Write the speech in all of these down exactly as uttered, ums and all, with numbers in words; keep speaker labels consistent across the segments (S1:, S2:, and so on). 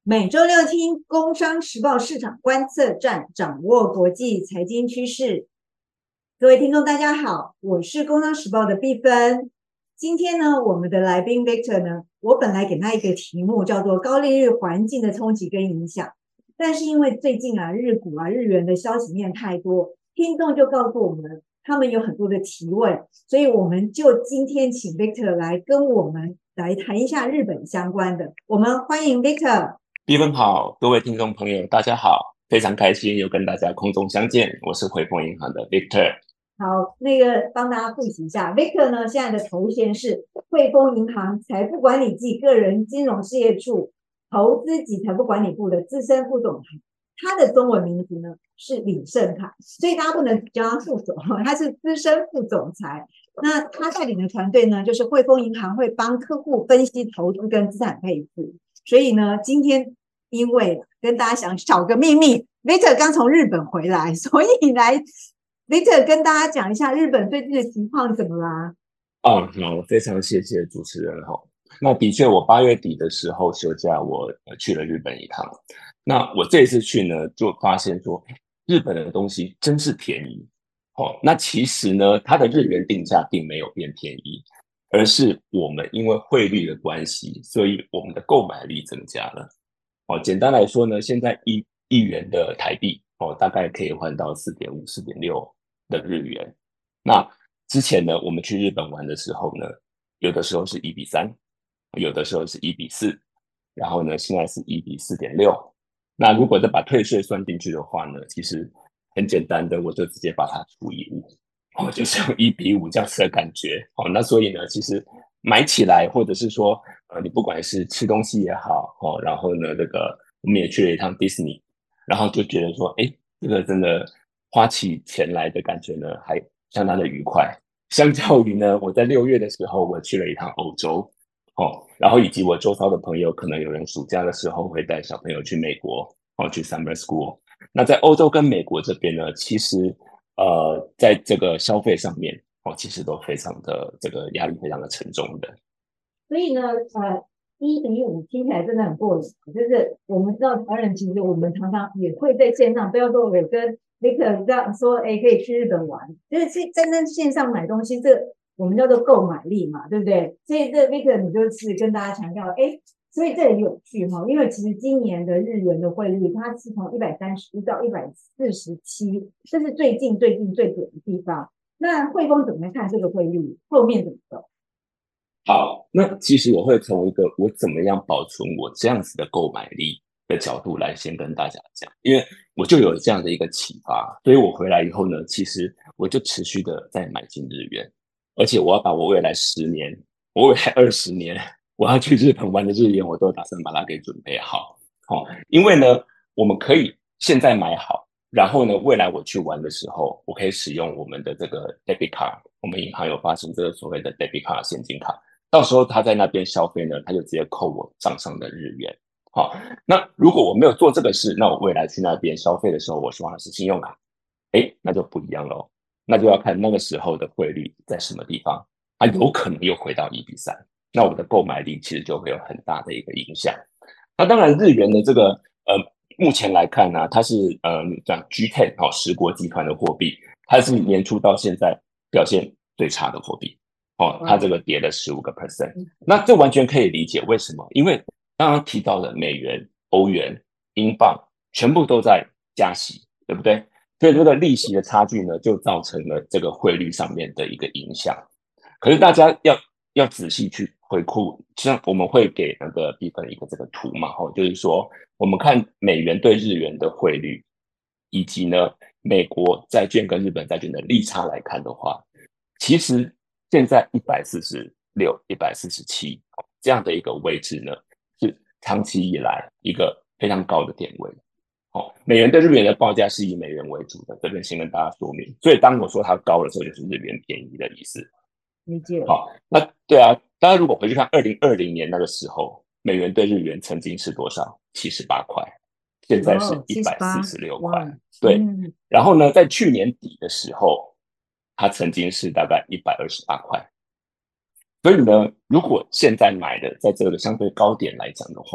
S1: 每周六听《工商时报》市场观测站，掌握国际财经趋势。各位听众，大家好，我是《工商时报》的碧芬。今天呢，我们的来宾 Victor 呢，我本来给他一个题目叫做“高利率环境的冲击跟影响”，但是因为最近啊，日股啊、日元的消息面太多，听众就告诉我们，他们有很多的提问，所以我们就今天请 Victor 来跟我们来谈一下日本相关的。我们欢迎 Victor。
S2: 碧芬好，各位听众朋友，大家好，非常开心又跟大家空中相见，我是汇丰银行的 Victor。
S1: 好，那个帮大家复习一下，Victor 呢现在的头衔是汇丰银行财富管理暨个人金融事业处投资及财富管理部的资深副总裁，他的中文名字呢是李胜凯，所以大家不能叫他副总，他是资深副总裁。那他带领的团队呢，就是汇丰银行会帮客户分析投资跟资产配置。所以呢，今天因为跟大家想小个秘密，Victor 刚从日本回来，所以来 Victor 跟大家讲一下日本最近的情况怎么啦？
S2: 哦，好，非常谢谢主持人哈。那的确，我八月底的时候休假，我去了日本一趟。那我这一次去呢，就发现说，日本的东西真是便宜。哦，那其实呢，它的日元定价并没有变便宜，而是我们因为汇率的关系，所以我们的购买力增加了。哦，简单来说呢，现在一一元的台币哦，大概可以换到四点五、四点六的日元。那之前呢，我们去日本玩的时候呢，有的时候是一比三，有的时候是一比四，然后呢，现在是一比四点六。那如果再把退税算进去的话呢，其实很简单的，我就直接把它除以五，哦，就是用一比五这样子的感觉。哦，那所以呢，其实买起来，或者是说，呃，你不管是吃东西也好，哦，然后呢，这个我们也去了一趟迪士尼，然后就觉得说，哎，这个真的花起钱来的感觉呢，还相当的愉快。相较于呢，我在六月的时候，我去了一趟欧洲，哦，然后以及我周遭的朋友，可能有人暑假的时候会带小朋友去美国，哦，去 summer school。那在欧洲跟美国这边呢，其实呃，在这个消费上面，哦，其实都非常的这个压力非常的沉重的。
S1: 所以呢，呃，一比五听起来真的很过瘾。就是我们知道台湾人其实我们常常也会在线上，不要说我跟 Victor 这样说，哎，可以去日本玩，就是在那线上买东西，这我们叫做购买力嘛，对不对？所以这 Victor 你就是跟大家强调，哎，所以这很有趣哈，因为其实今年的日元的汇率，它是从一百三十一到一百四十七，这是最近最近最准的地方。那汇丰怎么看这个汇率？后面怎么走？
S2: 好，那其实我会从一个我怎么样保存我这样子的购买力的角度来先跟大家讲，因为我就有这样的一个启发，所以我回来以后呢，其实我就持续的在买进日元，而且我要把我未来十年，我未来二十年，我要去日本玩的日元，我都打算把它给准备好。好、哦，因为呢，我们可以现在买好，然后呢，未来我去玩的时候，我可以使用我们的这个 debit card，我们银行有发行这个所谓的 debit card 现金卡。到时候他在那边消费呢，他就直接扣我账上的日元。好，那如果我没有做这个事，那我未来去那边消费的时候，我刷的是信用卡，哎，那就不一样喽。那就要看那个时候的汇率在什么地方，它有可能又回到一比三，那我的购买力其实就会有很大的一个影响。那当然，日元的这个呃，目前来看呢、啊，它是呃讲 G 十 哦，十国集团的货币，它是年初到现在表现最差的货币。哦，它这个跌了十五个 percent，那这完全可以理解为什么？因为刚刚提到的美元、欧元、英镑全部都在加息，对不对？所以这个利息的差距呢，就造成了这个汇率上面的一个影响。可是大家要要仔细去回顾，像我们会给那个比分一个这个图嘛，吼，就是说我们看美元对日元的汇率，以及呢美国债券跟日本债券的利差来看的话，其实现在一百四十六、一百四十七这样的一个位置呢，是长期以来一个非常高的点位。哦，美元对日元的报价是以美元为主的，这边先跟大家说明。所以当我说它高的时候，就是日元便宜的意思。
S1: 理解。
S2: 好，那对啊，大家如果回去看二零二零年那个时候，美元对日元曾经是多少？七十八块，现在是
S1: 哦，
S2: 一百四
S1: 七十八，
S2: 十六块。
S1: 哇，
S2: 对，
S1: 嗯，
S2: 然后呢，在去年底的时候，它曾经是大概一百二十八块。所以呢，如果现在买的在这个相对高点来讲的话，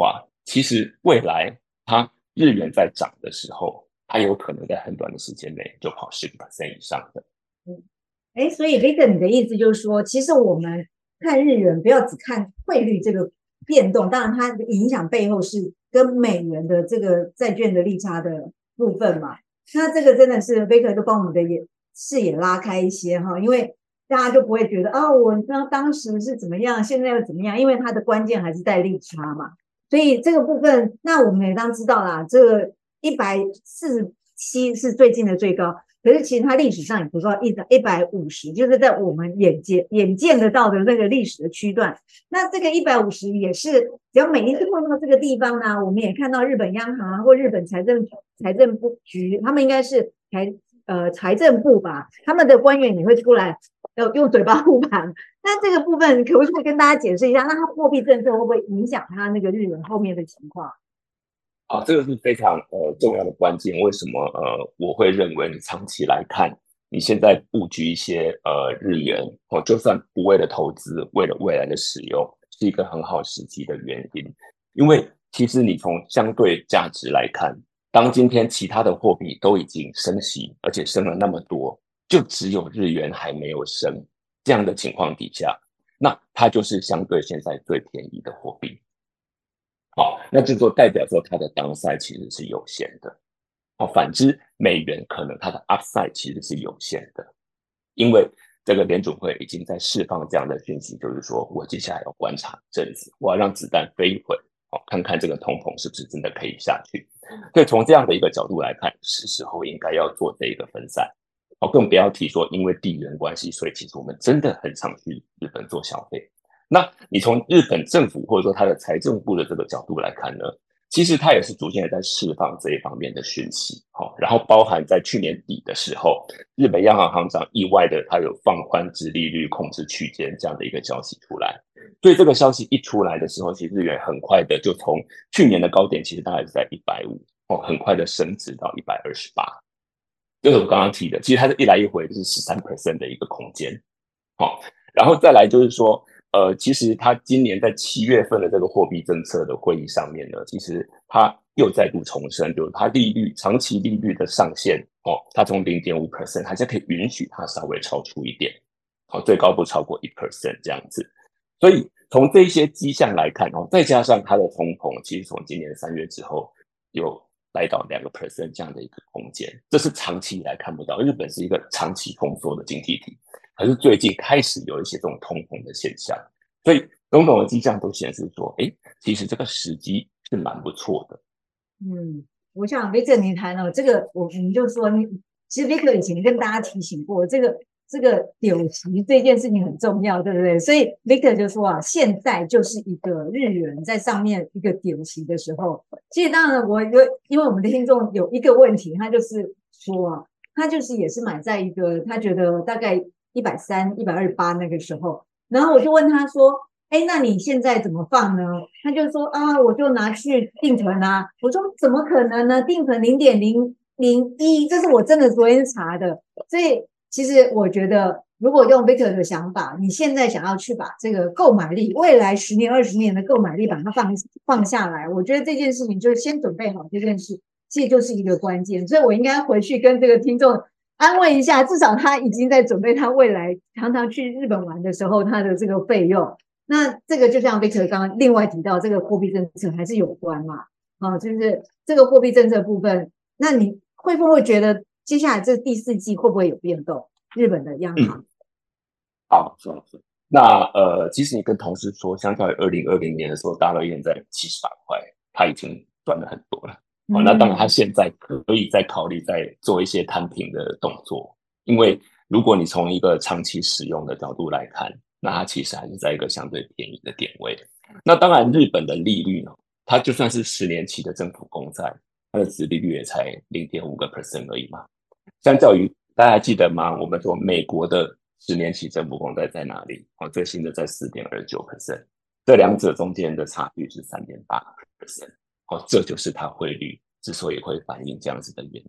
S2: 其实未来它日元在涨的时候，它有可能在很短的时间内就跑 百分之十 以上的。
S1: 哎，所以 Victor 你的意思就是说，其实我们看日元不要只看汇率这个变动，当然它的影响背后是跟美元的这个债券的利差的部分嘛。那这个真的是 Victor 都帮我们的眼视野拉开一些哈，因为大家就不会觉得啊、哦，我当当时是怎么样，现在又怎么样，因为它的关键还是在利差嘛。所以这个部分，那我们也当知道啦，这个一百四十七是最近的最高。可是其实它历史上也不到一一百五十，就是在我们眼见眼见得到的那个历史的区段。那这个一百五十也是，只要每一次碰到这个地方呢，我们也看到日本央行或日本财政财政部局，他们应该是财呃财政部吧，他们的官员也会出来呃用嘴巴护盘。那这个部分可不可以跟大家解释一下？那它货币政策会不会影响它那个日元后面的情况？
S2: 啊，这个是非常呃重要的关键。为什么呃我会认为你长期来看，你现在布局一些呃日元哦，就算不为了投资，为了未来的使用，是一个很好时机的原因。因为其实你从相对价值来看，当今天其他的货币都已经升息，而且升了那么多，就只有日元还没有升，这样的情况底下，那它就是相对现在最便宜的货币。好，那这就代表说它的 downside 其实是有限的。好，反之，美元可能它的 upside 其实是有限的，因为这个联准会已经在释放这样的讯息，就是说我接下来要观察一阵子，我要让子弹飞一会，好，看看这个通膨是不是真的可以下去。所以从这样的一个角度来看，是时候应该要做这一个分散。好，更不要提说因为地缘关系，所以其实我们真的很常去日本做消费。那你从日本政府或者说它的财政部的这个角度来看呢，其实它也是逐渐的在释放这一方面的讯息，好，然后包含在去年底的时候，日本央行行长意外的它有放宽殖利率控制区间这样的一个消息出来，所以这个消息一出来的时候，其实日元很快的就从去年的高点，其实大概是在一百五十哦，很快的升值到一百二十八，就是我刚刚提的，其实它是一来一回就是 百分之十三 的一个空间，好，然后再来就是说。呃，其实他今年在七月份的这个货币政策的会议上面呢，其实他又再度重申，就是他利率长期利率的上限哦，他从 百分之零点五 还是可以允许它稍微超出一点，好、哦，最高不超过 百分之一 这样子。所以从这些迹象来看哦，再加上它的通膨，其实从今年三月之后有来到两个 percent 这样的一个空间，这是长期以来看不到。日本是一个长期通缩的经济体。可是最近开始有一些这种通膨的现象，所以种种的迹象都显示说，哎，其实这个时机是蛮不错的。
S1: 嗯，我想 Victor 你谈了这个，我们就说你，其实 Victor 以前跟大家提醒过，这个这个丢席这件事情很重要，对不对？所以 Victor 就说啊，现在就是一个日元在上面一个丢席的时候。其实当然我有，因为我们的听众有一个问题，他就是说啊，他就是也是买在一个他觉得大概一百三、一百二十八那个时候，然后我就问他说。哎，那你现在怎么放呢？他就说啊，我就拿去定存啊。我说怎么可能呢？定存零点零零一，这是我真的昨天查的。所以其实我觉得，如果用 Victor 的想法，你现在想要去把这个购买力，未来十年、二十年的购买力把它放放下来，我觉得这件事情就是先准备好这件事，这就是一个关键。所以我应该回去跟这个听众安慰一下，至少他已经在准备他未来常常去日本玩的时候他的这个费用。那这个就像 Victor 刚刚另外提到，这个货币政策还是有关嘛？啊，就是这个货币政策部分，那你会不会觉得接下来这第四季会不会有变动？日本的央行？
S2: 嗯，好，是是。那呃，其实你跟同事说，相较于二零二零年的时候，大陆现在七十八块，他已经赚了很多了。哦，那当然，他现在可以再考虑再做一些摊平的动作，因为如果你从一个长期使用的角度来看，那它其实还是在一个相对便宜的点位。那当然，日本的利率呢，它就算是十年期的政府公债，它的殖利率也才 零点五 个 percent 而已嘛。相较于大家还记得吗？我们说美国的十年期政府公债在哪里？哦，最新的在 四点二九 percent， 这两者中间的差距是 三点八 percent。哦，这就是它汇率之所以会反映这样子的原因。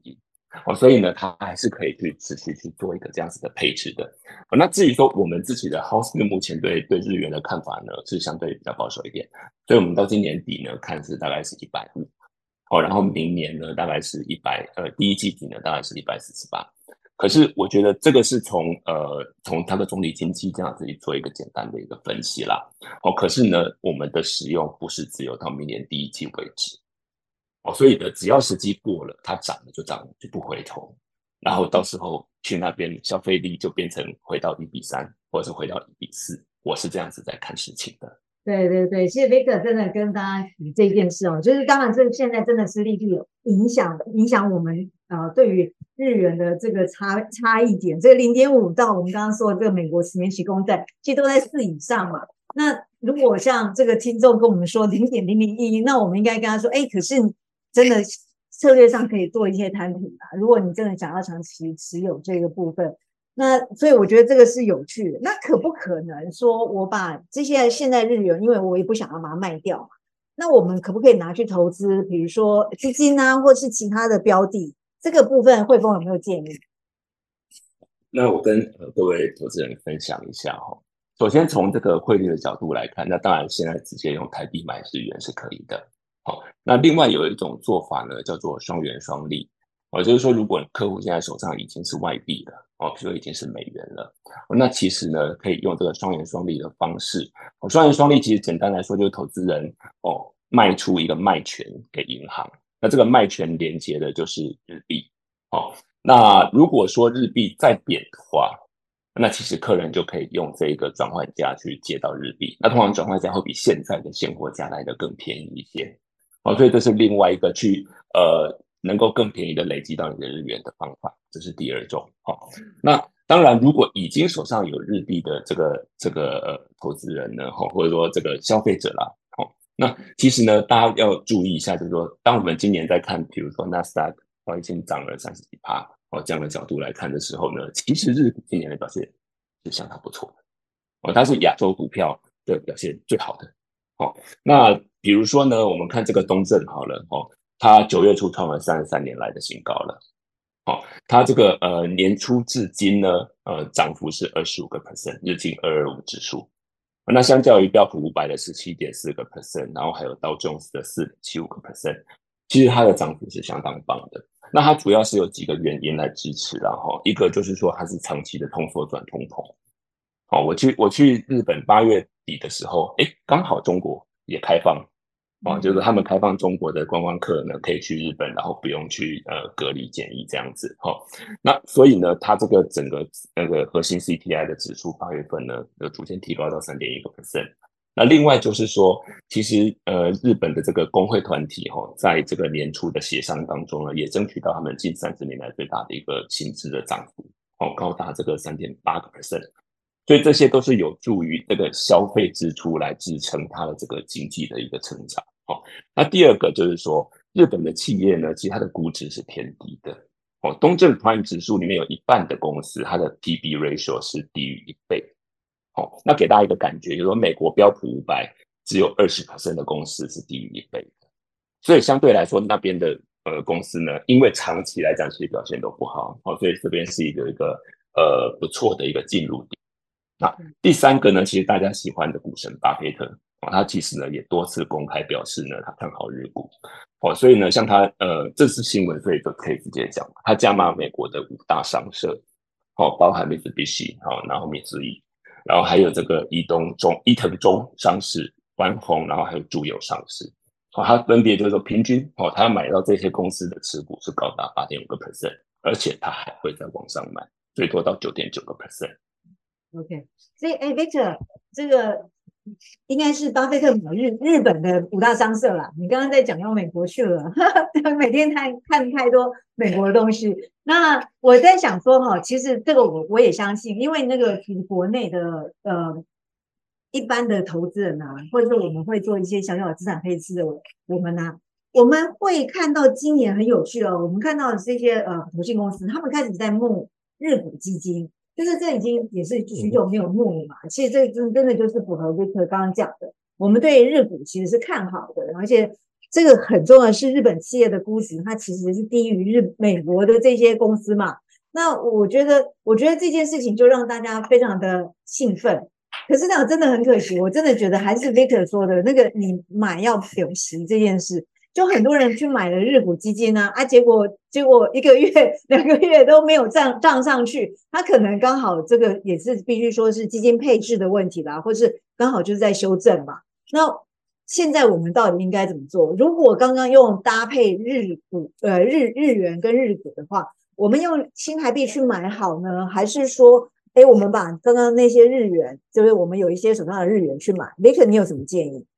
S2: 哦，所以呢，它还是可以去持续去做一个这样子的配置的。哦，那至于说我们自己的 house view 目前对对日元的看法呢，是相对比较保守一点，所以我们到今年底呢，看是大概是一百五十，哦，然后明年呢，大概是一百，呃，第一季底呢，大概是一百四十八。可是我觉得这个是从呃从它的总体经济这样子去做一个简单的一个分析啦。哦，可是呢，我们的使用不是只有到明年第一季为止。哦，所以呢，只要时机过了，它涨了就涨了，就不回头。然后到时候去那边消费力就变成回到一比三，或者是回到一比四。我是这样子在看事情的。
S1: 对对对，其实 Victor 真的跟大家提这件事哦，就是当然这现在真的是利率有影响影响我们呃对于日元的这个差差异点，这个零点五到我们刚刚说的这个美国十年期公债，其实都在四以上嘛。那如果像这个听众跟我们说零点零零一，那我们应该跟他说，哎，可是真的策略上可以做一些摊平啊。如果你真的想要长期持有这个部分。那所以我觉得这个是有趣的。那可不可能说我把这些现在日元，因为我也不想要把它卖掉，那我们可不可以拿去投资，比如说基金啊，或是其他的标的？这个部分汇丰有没有建议？
S2: 那我跟呃各位投资人分享一下哈、哦。首先从这个汇率的角度来看，那当然现在直接用台币买日元是可以的。好、哦，那另外有一种做法呢，叫做双元双利。哦，就是说，如果客户现在手上已经是外币了，哦，比如说已经是美元了，哦，那其实呢，可以用这个双元双利的方式。哦，双元双利其实简单来说，就是投资人哦卖出一个卖权给银行，那这个卖权连接的就是日币。哦，那如果说日币再贬的话，那其实客人就可以用这个转换价去借到日币，那通常转换价会比现在的现货价来的更便宜一些。哦，所以这是另外一个去呃能够更便宜的累积到你的日元的方法，这是第二种。好、哦，那当然，如果已经手上有日币的这个这个呃投资人呢，哈、哦，或者说这个消费者啦，好、哦，那其实呢，大家要注意一下，就是说，当我们今年在看，比如说纳斯达克哦已经涨了三十几趴哦这样的角度来看的时候呢，其实日股今年的表现是相当不错的哦，它是亚洲股票的表现最好的。哦，那比如说呢，我们看这个东证好了，哦，它九月初创了三十三年来的新高了，哦，它这个呃年初至今呢，呃涨幅是二十五个 percent， 日经二二五指数，那相较于标普五百的十七点四个 percent， 然后还有道琼斯的四点七五个 percent， 其实它的涨幅是相当棒的。那它主要是有几个原因来支持啦，哈，一个就是说它是长期的通缩转通膨。哦，我去我去日本八月底的时候，哎，刚好中国也开放，哦，就是他们开放中国的观光客呢，可以去日本，然后不用去呃隔离检疫这样子，哈、哦。那所以呢，它这个整个那个核心 C P I 的指数八月份呢，有逐渐提高到三点一个 percent。那另外就是说，其实呃日本的这个工会团体哈、哦，在这个年初的协商当中呢，也争取到他们近三十年来最大的一个薪资的涨幅，哦，高达这个三点八个 percent。所以这些都是有助于这个消费支出来支撑它的这个经济的一个成长。哦，那第二个就是说，日本的企业呢，其实它的估值是偏低的。哦，东证 Prime 指数里面有一半的公司，它的 P B ratio 是低于一倍。哦，那给大家一个感觉，就是说美国标普五百只有二十 percent 的公司是低于一倍的，所以相对来说，那边的呃公司呢，因为长期来讲其实表现都不好，哦，所以这边是一个一个呃不错的一个进入点。那第三个呢，其实大家喜欢的股神巴菲特哦，他其实呢也多次公开表示呢，他看好日股哦，所以呢，像他呃，这是新闻，所以就可以直接讲，他加码美国的五大商社哦，包含 Mitsubishi 哦，然后米芝伊，然后还有这个伊东中伊藤忠商事、丸红，然后还有住友上市哦，他分别就是说平均哦，他买到这些公司的持股是高达八点五个 percent，而且他还会在网上买，最多到九点九个 percent。
S1: OK，所以哎，Victor，这个应该是巴菲特买日日本的五大商社啦。你刚刚在讲到美国去了，每天看看太多美国的东西。那我在想说哈，其实这个我我也相信，因为那个其实国内的呃一般的投资人啊，或者说我们会做一些小小的资产配置的，我们呢、啊。我们会看到今年很有趣哦，我们看到这些呃投信公司，他们开始在募日股基金，就是这已经也是许久没有募了嘛。其实这真真的就是符合 Victor 刚刚讲的，我们对日股其实是看好的，而且这个很重要的是日本企业的估值，它其实是低于日美国的这些公司嘛。那我觉得，我觉得这件事情就让大家非常的兴奋。可是呢，真的很可惜，我真的觉得还是 Victor 说的那个，你买要有息这件事，就很多人去买了日股基金啊，啊，结果结果一个月、两个月都没有涨涨上去，他可能刚好这个也是必须说是基金配置的问题啦，或是刚好就是在修正嘛。那现在我们到底应该怎么做？如果刚刚用搭配日股、呃日日元跟日股的话，我们用新台币去买好呢，还是说，哎，我们把刚刚那些日元，就是我们有一些手上的日元去买 ？Victor，你有什么建议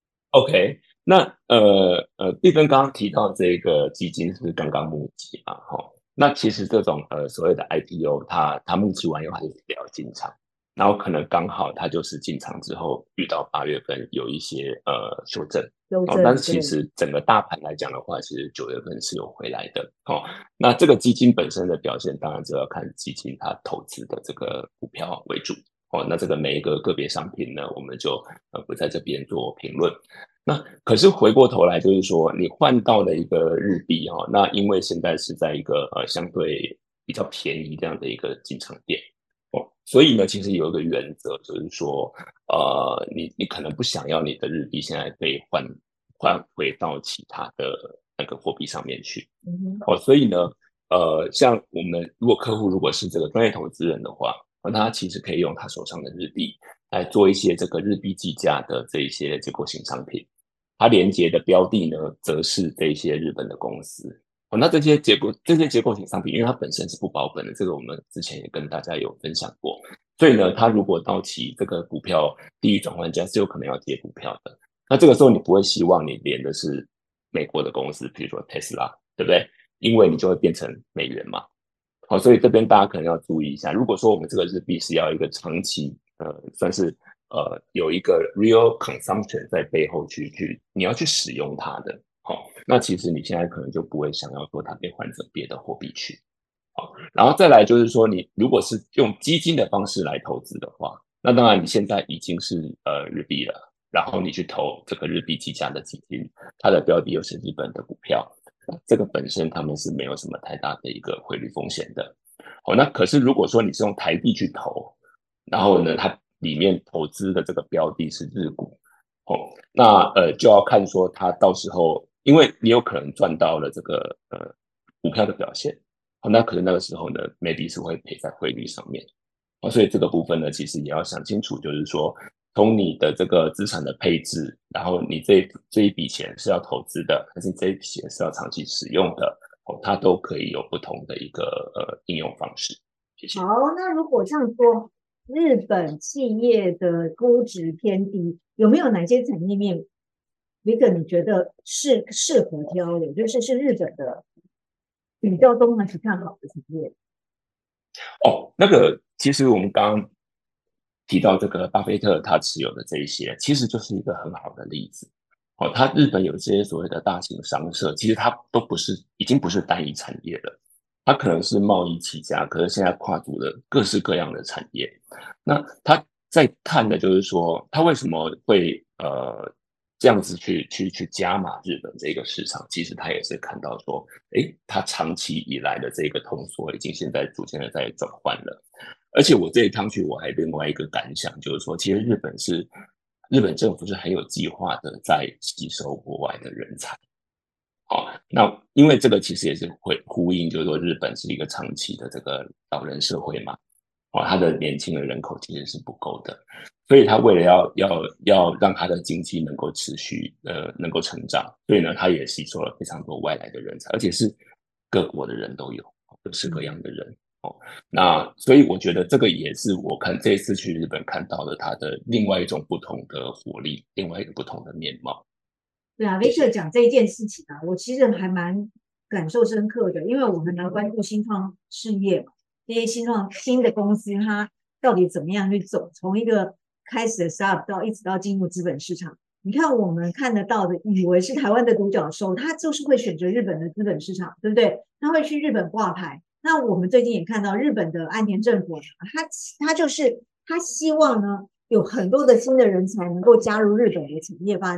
S2: OK，那呃呃，碧芬刚刚提到这个基金是刚刚募集嘛，哈、哦，那其实这种呃所谓的 I P O，它它募集完以后还是得要进场，然后可能刚好它就是进场之后遇到八月份有一些呃修正，哦，
S1: 修正？
S2: 但是其
S1: 对，
S2: 实整个大盘来讲的话，其实九月份是有回来的，哦，那这个基金本身的表现，当然就要看基金它投资的这个股票为主。哦，那这个每一个个别商品呢，我们就呃不在这边做评论。那可是回过头来，就是说你换到了一个日币哈、哦，那因为现在是在一个呃相对比较便宜这样的一个进场点哦，所以呢，其实有一个原则，就是说呃，你你可能不想要你的日币现在被换换回到其他的那个货币上面去
S1: 嗯
S2: 哦，所以呢，呃，像我们如果客户如果是这个专业投资人的话。那他其实可以用他手上的日币来做一些这个日币计价的这一些结构型商品，它连接的标的呢，则是这些日本的公司。哦，那这些结构这些结构型商品，因为它本身是不保本的，这个我们之前也跟大家有分享过，所以呢，它如果到期这个股票低于转换价，是有可能要接股票的。那这个时候你不会希望你连的是美国的公司，比如说 Tesla，对不对？因为你就会变成美元嘛。好，所以这边大家可能要注意一下。如果说我们这个日币是要一个长期，呃，算是呃有一个 real consumption 在背后去去，你要去使用它的，好，那其实你现在可能就不会想要说它被换成别的货币去，好，然后再来就是说，你如果是用基金的方式来投资的话，那当然你现在已经是呃日币了，然后你去投这个日币计价的基金，它的标的又是日本的股票。这个本身他们是没有什么太大的一个汇率风险的。哦，那可是如果说你是用台币去投，然后呢，它里面投资的这个标的是日股，哦，那呃就要看说它到时候，因为你有可能赚到了这个呃股票的表现，哦，那可能那个时候呢，maybe 是会赔在汇率上面。哦，所以这个部分呢，其实也要想清楚，就是说，从你的这个资产的配置，然后你这这一笔钱是要投资的，还是这一笔钱是要长期使用的，哦，它都可以有不同的一个呃应用方式。谢谢。
S1: 好，那如果这样说，日本企业的估值偏低，有没有哪些产业面，Victor 你觉得是适合挑的，就是是日本的比较综合去看好的产业？
S2: 哦，那个其实我们刚刚提到这个巴菲特他持有的这一些，其实就是一个很好的例子。哦，他日本有这些所谓的大型商社，其实它都不是，已经不是单一产业了。它可能是贸易起家，可是现在跨足了各式各样的产业。那他在看的就是说，他为什么会呃这样子去去去加码日本这个市场？其实他也是看到说，诶，他长期以来的这个通缩已经现在逐渐的在转换了。而且我这一趟去，我还另外一个感想就是说，其实日本是日本政府是很有计划的在吸收国外的人才。好，那因为这个其实也是会呼应，就是说日本是一个长期的这个老人社会嘛，哦，它的年轻的人口其实是不够的，所以他为了要要要让他的经济能够持续呃能够成长，所以呢，他也吸收了非常多外来的人才，而且是各国的人都有，各式各样的人。哦，那所以我觉得这个也是我看这一次去日本看到的它的另外一种不同的活力，另外一个不同的面貌。
S1: 对啊，Victor 讲这一件事情啊，我其实还蛮感受深刻的，因为我们来关注新创事业嘛，这些新创新的公司，它到底怎么样去走，从一个开始的 startup 到一直到进入资本市场。你看我们看得到的，以为是台湾的独角兽，它就是会选择日本的资本市场，对不对？它会去日本挂牌。那我们最近也看到日本的岸田政府，他他就是他希望呢，有很多的新的人才能够加入日本的产业发展。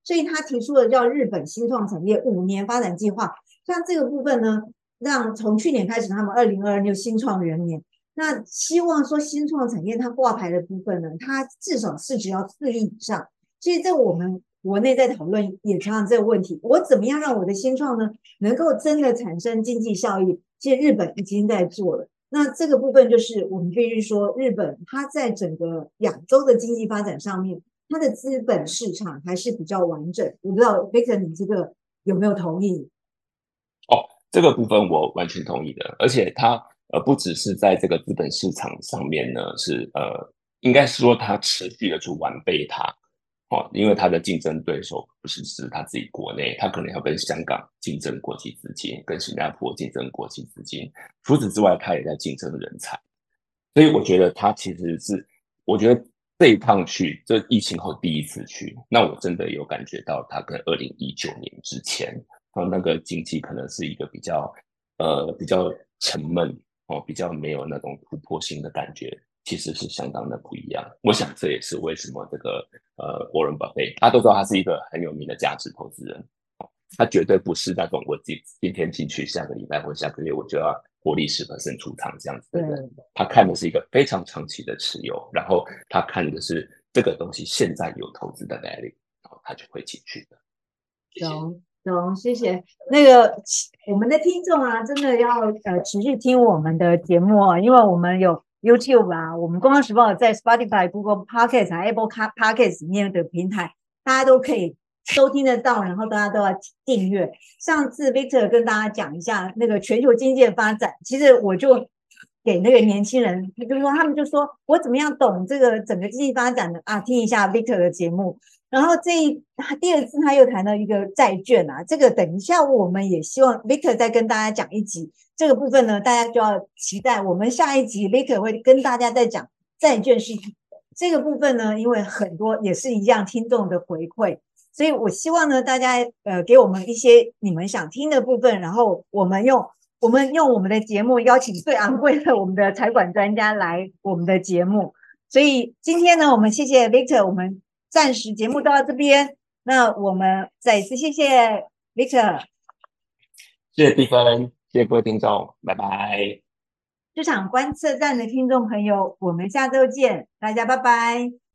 S1: 所以他提出了叫日本新创产业五年发展计划。像这个部分呢，让从去年开始，他们二零二二年新创元年，那希望说新创产业它挂牌的部分呢，它至少市值要四亿以上。其实这我们国内在讨论也常常这个问题，我怎么样让我的新创呢能够真的产生经济效益？其实日本已经在做了。那这个部分就是我们必须说，日本它在整个亚洲的经济发展上面，它的资本市场还是比较完整。我不知道 Victor 你这个有没有同意？
S2: 哦，这个部分我完全同意的，而且它呃不只是在这个资本市场上面呢，是呃应该是说它持续的去完备它。哦，因为它的竞争对手不是是他自己国内，他可能要跟香港竞争国际资金，跟新加坡竞争国际资金。除此之外，他也在竞争人才。所以我觉得他其实是，我觉得这一趟去，这疫情后第一次去，那我真的有感觉到他跟二零一九年之前，哦，那个经济可能是一个比较呃比较沉闷哦，比较没有那种突破性的感觉。其实是相当的不一样。我想这也是为什么这个呃沃伦巴菲特，大家都知道他是一个很有名的价值投资人，他绝对不是那种我今今天进去，下个礼拜或下个月我就要获利十 percent 出场这样子的人。他看的是一个非常长期的持有，然后他看的是这个东西现在有投资的 value， 然后他就会进去的。
S1: 懂懂，谢谢。那个我们的听众啊，真的要呃持续听我们的节目哦，因为我们有 YouTube 啊，我们《公共时报》在 Spotify、Google Podcast 还 Apple Podcast 里面的平台，大家都可以收听得到，然后大家都要订阅。上次 Victor 跟大家讲一下那个全球经济的发展，其实我就给那个年轻人，就是说他们就说我怎么样懂这个整个经济发展的啊？听一下 Victor 的节目。然后这一第二次他又谈到一个债券啊，这个等一下我们也希望 Victor 再跟大家讲一集这个部分呢，大家就要期待我们下一集 Victor 会跟大家再讲债券是这个部分呢，因为很多也是一样听众的回馈，所以我希望呢大家呃给我们一些你们想听的部分，然后我们用我们用我们的节目邀请最昂贵的我们的财管专家来我们的节目，所以今天呢我们谢谢 Victor， 我们暂时节目到这边，那我们再一次谢谢 Victor，
S2: 谢谢蒂芬，谢谢各位听众，拜拜。
S1: 市场观测站的听众朋友，我们下周见，大家拜拜。